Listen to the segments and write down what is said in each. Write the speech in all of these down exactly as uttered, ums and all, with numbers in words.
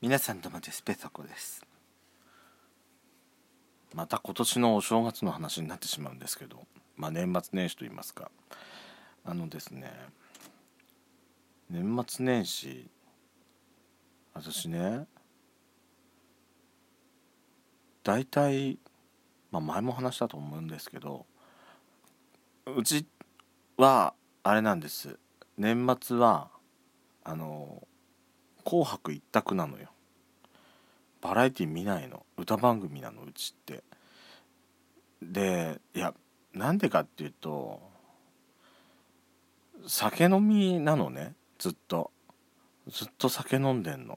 皆さんどうもです。ペソコです。また今年のお正月の話になってしまうんですけど、まあ年末年始と言いますか、あのですね年末年始、私ね大体、まあ、前も話したと思うんですけど、うちはあれなんです。年末はあの紅白一択なのよ。バラエティ見ないの。歌番組なのうちって。で、いや、なんでかっていうと、酒飲みなのね。ずっとずっと酒飲んでんの。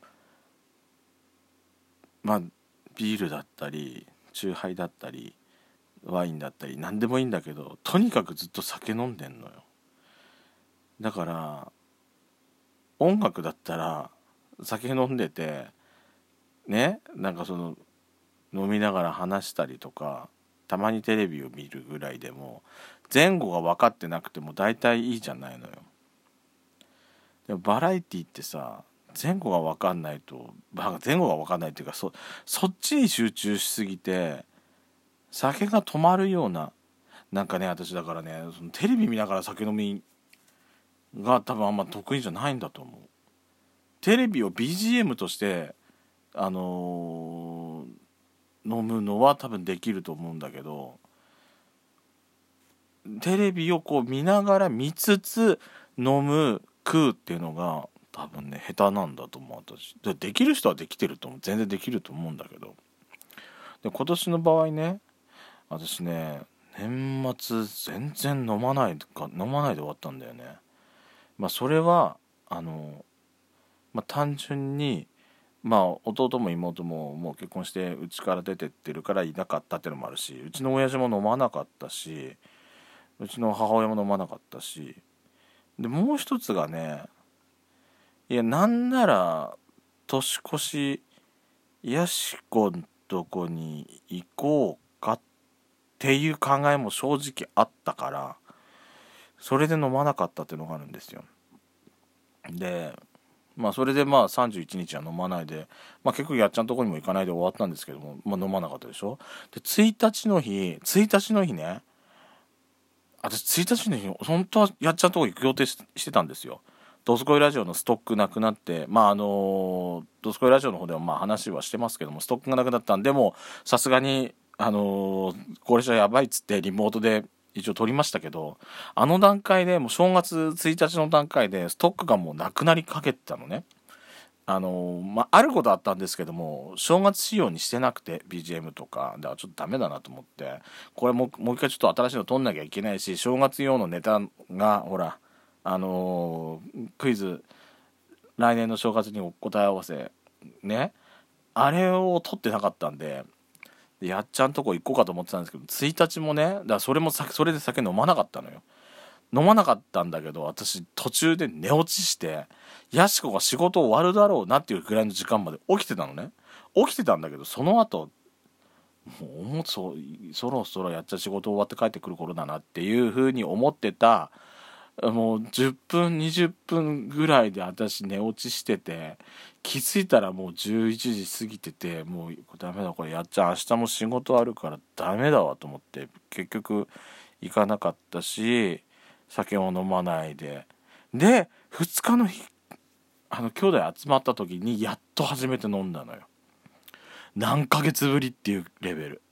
まあビールだったりチューハイだったりワインだったり何でもいいんだけど、とにかくずっと酒飲んでんのよ。だから音楽だったら酒飲んでてね、なんかその飲みながら話したりとか、たまにテレビを見るぐらいでも前後が分かってなくても大体いいじゃないのよ。でもバラエティってさ、前後が分かんないと、前後が分かんないっていうか、そそっちに集中しすぎて酒が止まるような、なんかね、私だからね、そのテレビ見ながら酒飲みが多分あんま得意じゃないんだと思う。テレビを ビージーエム としてあのー、飲むのは多分できると思うんだけど、テレビをこう見ながら見つつ飲む食うっていうのが多分ね下手なんだと思う。私で、できる人はできてると思う。全然できると思うんだけど、で今年の場合ね、私ね年末全然飲まないか飲まないで終わったんだよね。まあそれはあの、まあ、単純に、まあ弟も妹ももう結婚してうちから出てってるからいなかったっていうのもあるし、うちの親父も飲まなかったし、うちの母親も飲まなかったし、でもう一つがね、いやなんなら年越しやしこんとこに行こうかっていう考えも正直あったから、それで飲まなかったっていうのがあるんですよ。でまあそれでまあさんじゅういちにちは飲まないで、まあ結局やっちゃんとこにも行かないで終わったんですけども、まあ飲まなかったでしょ。でついたちの日ついたちの日ね、私ついたちの日本当はやっちゃんとこ行く予定してたんですよ。ドスコイラジオのストックなくなって、まああのドスコイラジオの方ではまあ話はしてますけども、ストックがなくなったんで、もうさすがにあのこれじゃやばいっつってリモートで一応撮りましたけど、あの段階でもう正月ついたちの段階でストックがもうなくなりかけてたのね。あのまああることあったんですけども、正月仕様にしてなくて ビージーエム とかだからちょっとダメだなと思って、これももう一回ちょっと新しいの撮んなきゃいけないし、正月用のネタがほらあのー、クイズ来年の正月にお答え合わせね、あれを撮ってなかったんで、やっちゃんとこ行こうかと思ってたんですけど、ついたちもね、だからそれもそれで酒飲まなかったのよ。飲まなかったんだけど、私途中で寝落ちして、やしこが仕事終わるだろうなっていうぐらいの時間まで起きてたのね。起きてたんだけど、その後もうそそろそろやっちゃ仕事終わって帰ってくる頃だなっていう風に思ってた、もうじゅっぷんにじゅっぷんぐらいで私寝落ちしてて、気づいたらもうじゅういちじ過ぎてて、もうダメだこれ、やっちゃん明日も仕事あるからダメだわと思って結局行かなかったし、酒を飲まないで、でふつかの日、あの兄弟集まった時にやっと初めて飲んだのよ。何ヶ月ぶりっていうレベル。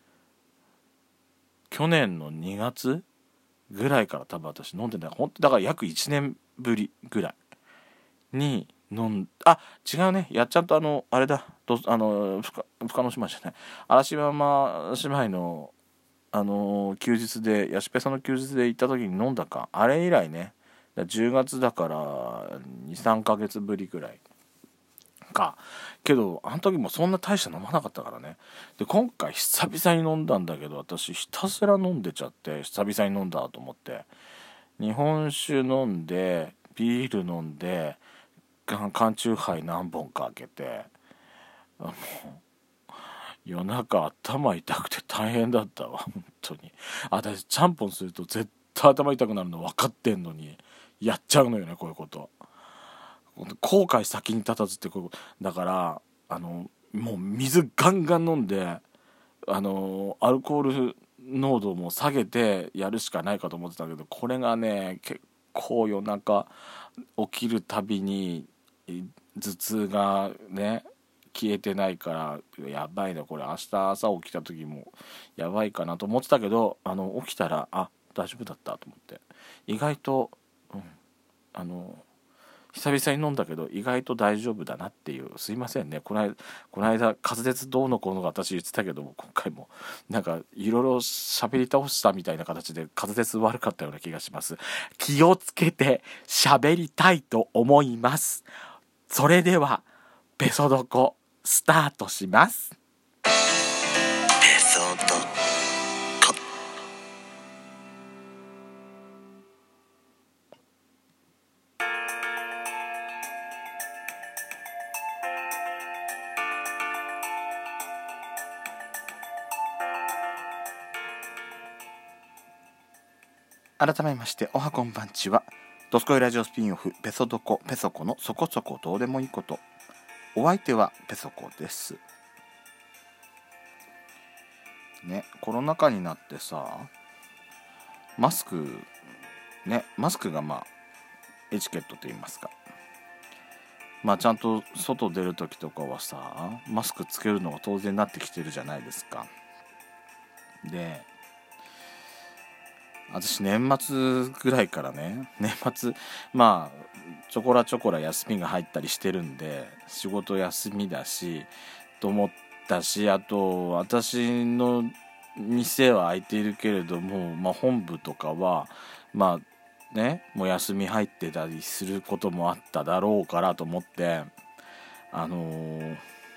去年のにがつぐらいから多分私飲んでない。ほんとだから約いちねんぶりぐらいに飲んあ違うね、やっちゃんとあのあれだ、どあの深野姉妹じゃない、嵐山姉妹のあの休日で、ヤシペさんの休日で行った時に飲んだか、あれ以来ね、じゅうがつだからにさんかげつぶりぐらいか。けどあの時もそんな大した飲まなかったからね。で今回久々に飲んだんだけど、私ひたすら飲んでちゃって、久々に飲んだと思って日本酒飲んでビール飲んで缶チューハイ何本か開けて、もう夜中頭痛くて大変だったわ本当に。私ちゃんぽんすると絶対頭痛くなるの分かってんのにやっちゃうのよね、こういうこと。 後悔先に立たずってこうだから、あのもう水ガンガン飲んで、あのアルコール濃度も下げてやるしかないかと思ってたけど、これがね結構夜中起きるたびに頭痛がね消えてないから、やばいなこれ、明日朝起きた時もやばいかなと思ってたけど、あの起きたらあ大丈夫だったと思って、意外と、うん、あの久々に飲んだけど意外と大丈夫だなっていう。すいませんね、この間この間滑舌どうのこうのが私言ってたけども、今回もなんかいろいろ喋り倒したみたいな形で滑舌悪かったような気がします。気をつけて喋りたいと思います。それではペソドコスタートします。ペソドコ。改めましておはこんばんちは。ドスコイラジオスピンオフペソドコペソコのそこそこどうでもいいこと。お相手はペソコですね。コロナ禍になってさ、マスクねマスクがまあエチケットと言いますか、まあちゃんと外出る時とかはさマスクつけるのが当然になってきてるじゃないですか。で私年末ぐらいからね、年末まあちょこらちょこら休みが入ったりしてるんで、仕事休みだしと思ったし、あと私の店は開いているけれども、まあ、本部とかはまあねもう休み入ってたりすることもあっただろうからと思って、あのー、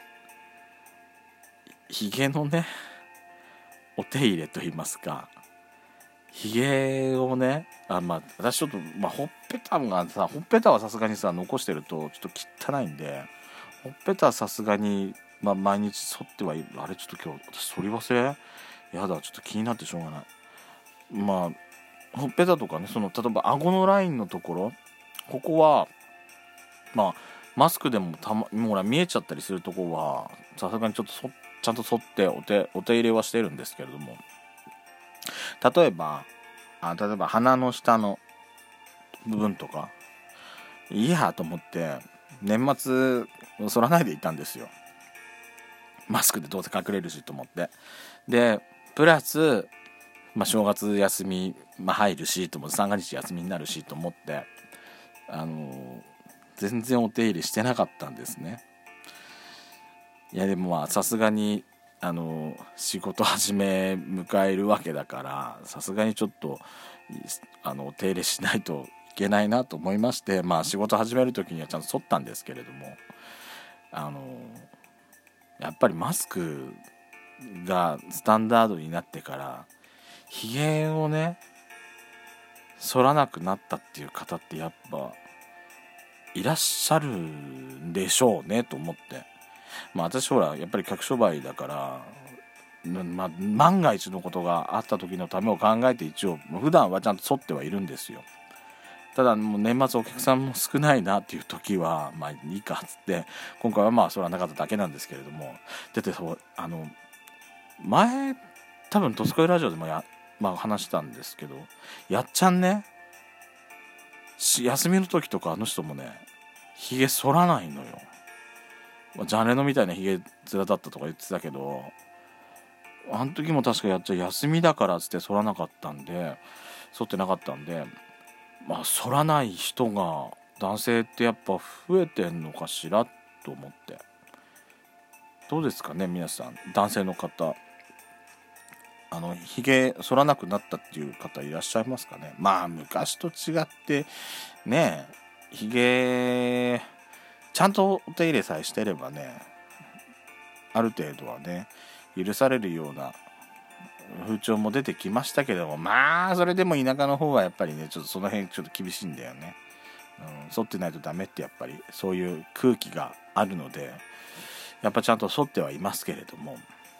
ひげのねお手入れといいますか、ひげをね、あまあ私ちょっと、まあ、ほっぺたがさ、ほっぺたはさすがにさ残してるとちょっと汚いんで、ほっぺたはさすがに、まあ、毎日剃ってはいる。あれちょっと今日私剃り忘れやだ、ちょっと気になってしょうがない。まあほっぺたとかね、その例えば顎のラインのところ、ここはまあマスクでもたまもう見えちゃったりするところはさすがにちょっとそちゃんと剃ってお手お手入れはしてるんですけれども、例えばあ例えば鼻の下の部分とかいいやと思って年末剃らないでいたんですよ。マスクでどうせ隠れるしと思って。でプラス、まあ、正月休み、まあ、入るしと思って三が日休みになるしと思ってあのー、全然お手入れしてなかったんですね。いやでもまあさすがにあの仕事始め迎えるわけだからさすがにちょっとあのお手入れしないといけないなと思いまして、まあ仕事始める時にはちゃんと剃ったんですけれども、あのやっぱりマスクがスタンダードになってからひげをね剃らなくなったっていう方ってやっぱいらっしゃるんでしょうねと思って、まあ私ほらやっぱり客商売だから、まあ、万が一のことがあった時のためを考えて一応普段はちゃんと剃ってはいるんですよ。ただもう年末お客さんも少ないなっていう時はまあいいかっつって今回はまあそれはなかっただけなんですけれども、だってそうあの前多分「ドスコイラジオ」でもや、まあ、話したんですけど、やっちゃんね休みの時とかあの人もねひげ剃らないのよ。ジャンレノみたいなひげ面だったとか言ってたけど、あの時も確かやっちゃ休みだからっつって剃らなかったんで剃ってなかったんで、まあ剃らない人が男性ってやっぱ増えてんのかしらと思って。どうですかね皆さん、男性の方あのひげ剃らなくなったっていう方いらっしゃいますかね。まあ昔と違ってねひげちゃんとお手入れさえしてればねある程度はね許されるような風潮も出てきましたけども、まあそれでも田舎の方はやっぱりねちょっとその辺ちょっと厳しいんだよね、うん、剃ってないとダメってやっぱりそういう空気があるのでやっぱちゃんと剃ってはいますけれども、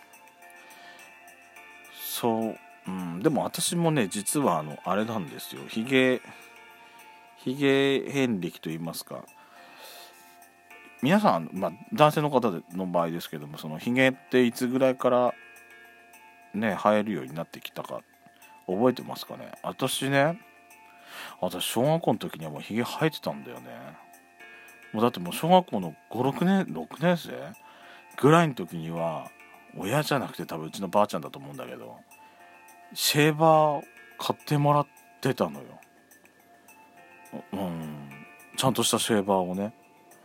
そう、うん、でも私もね実はあのあれなんですよ、ひげひげ遍歴と言いますか、 皆さん、まあ、男性の方の場合ですけども、そのヒゲっていつぐらいからね生えるようになってきたか覚えてますかね。私ね、私小学校の時にはもうヒゲ生えてたんだよね。もうだってもう小学校のご、ろくねんろくねん生ぐらいの時には、親じゃなくて多分うちのばあちゃんだと思うんだけど、シェーバー買ってもらってたのよ。うん、ちゃんとしたシェーバーをね。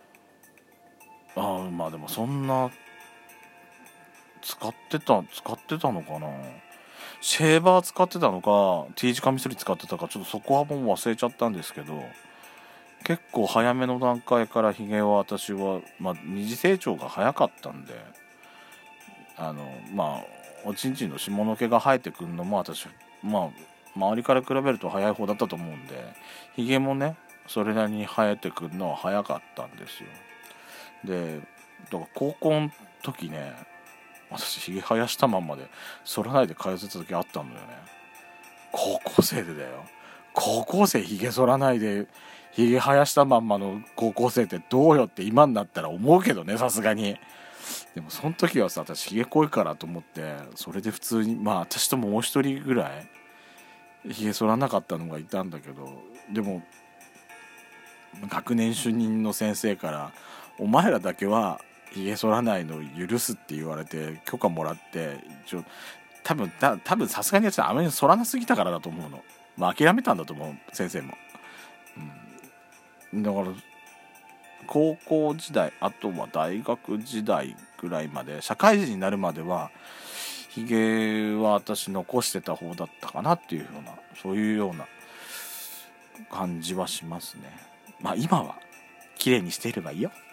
ああ、まあでもそんな使ってた使ってたのかな。シェーバー使ってたのか T 字カミソリ使ってたか、ちょっとそこはもう忘れちゃったんですけど、結構早めの段階からヒゲは私は、まあ、二次成長が早かったんで、あのまあおちんちんの下の毛が生えてくるのも私、まあ周りから比べると早い方だったと思うんで、ヒゲもねそれなりに生えてくるのは早かったんですよ。でだから高校の時ね、私ヒゲ生やしたまんまで剃らないで通ってた時あったんだよね。高校生でだよ。高校生ヒゲ剃らないでヒゲ生やしたまんまの高校生ってどうよって今になったら思うけどね、さすがに。でもその時はさ、私ヒゲ濃いからと思って、それで普通に、まあ私とももう一人ぐらいヒゲ剃らなかったのがいたんだけど、でも学年主任の先生からお前らだけはヒゲ剃らないの許すって言われて許可もらって、一応多分た多分さすがにやつはあまり剃らなすぎたからだと思うの。まあ諦めたんだと思う、先生も。うん、だから高校時代、あとは大学時代ぐらいまで、社会人になるまではヒゲは私残してた方だったかなっていうような、そういうような感じはしますね。まあ今は綺麗にしていればいいよ。